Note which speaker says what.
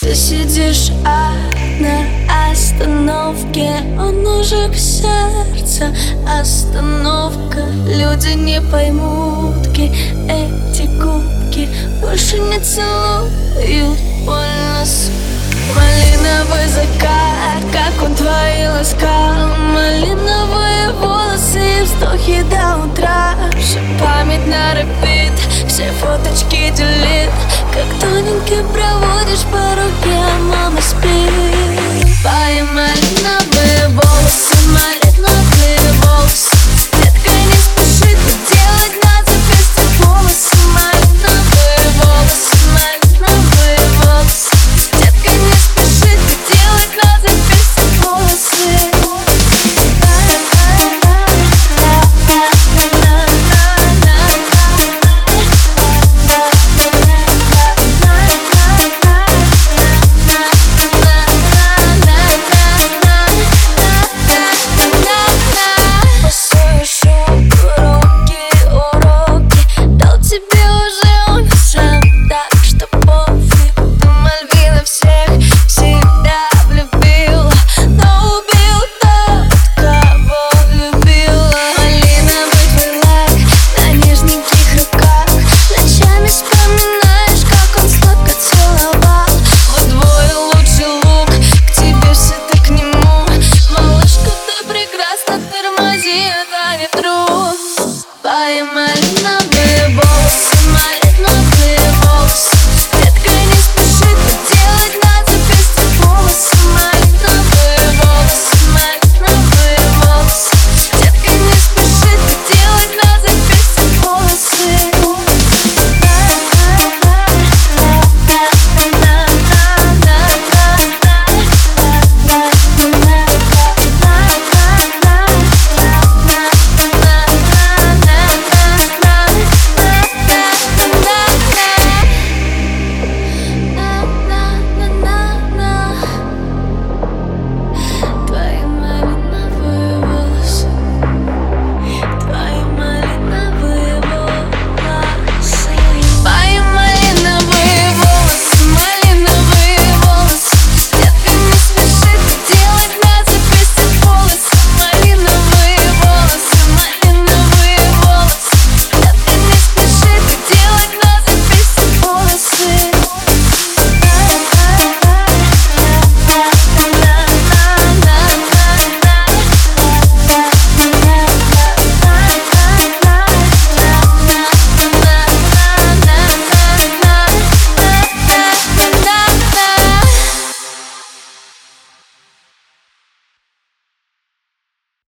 Speaker 1: Ты сидишь на остановке, у ножек сердца остановка. Люди не поймут, эти губки больше не целуют, больно. Малиновый закат, как он твои ласкал. Малиновые волосы и вздохи до утра. Вся память на репит, все фоточки делит. Как тоненький проводишь по руке, мама.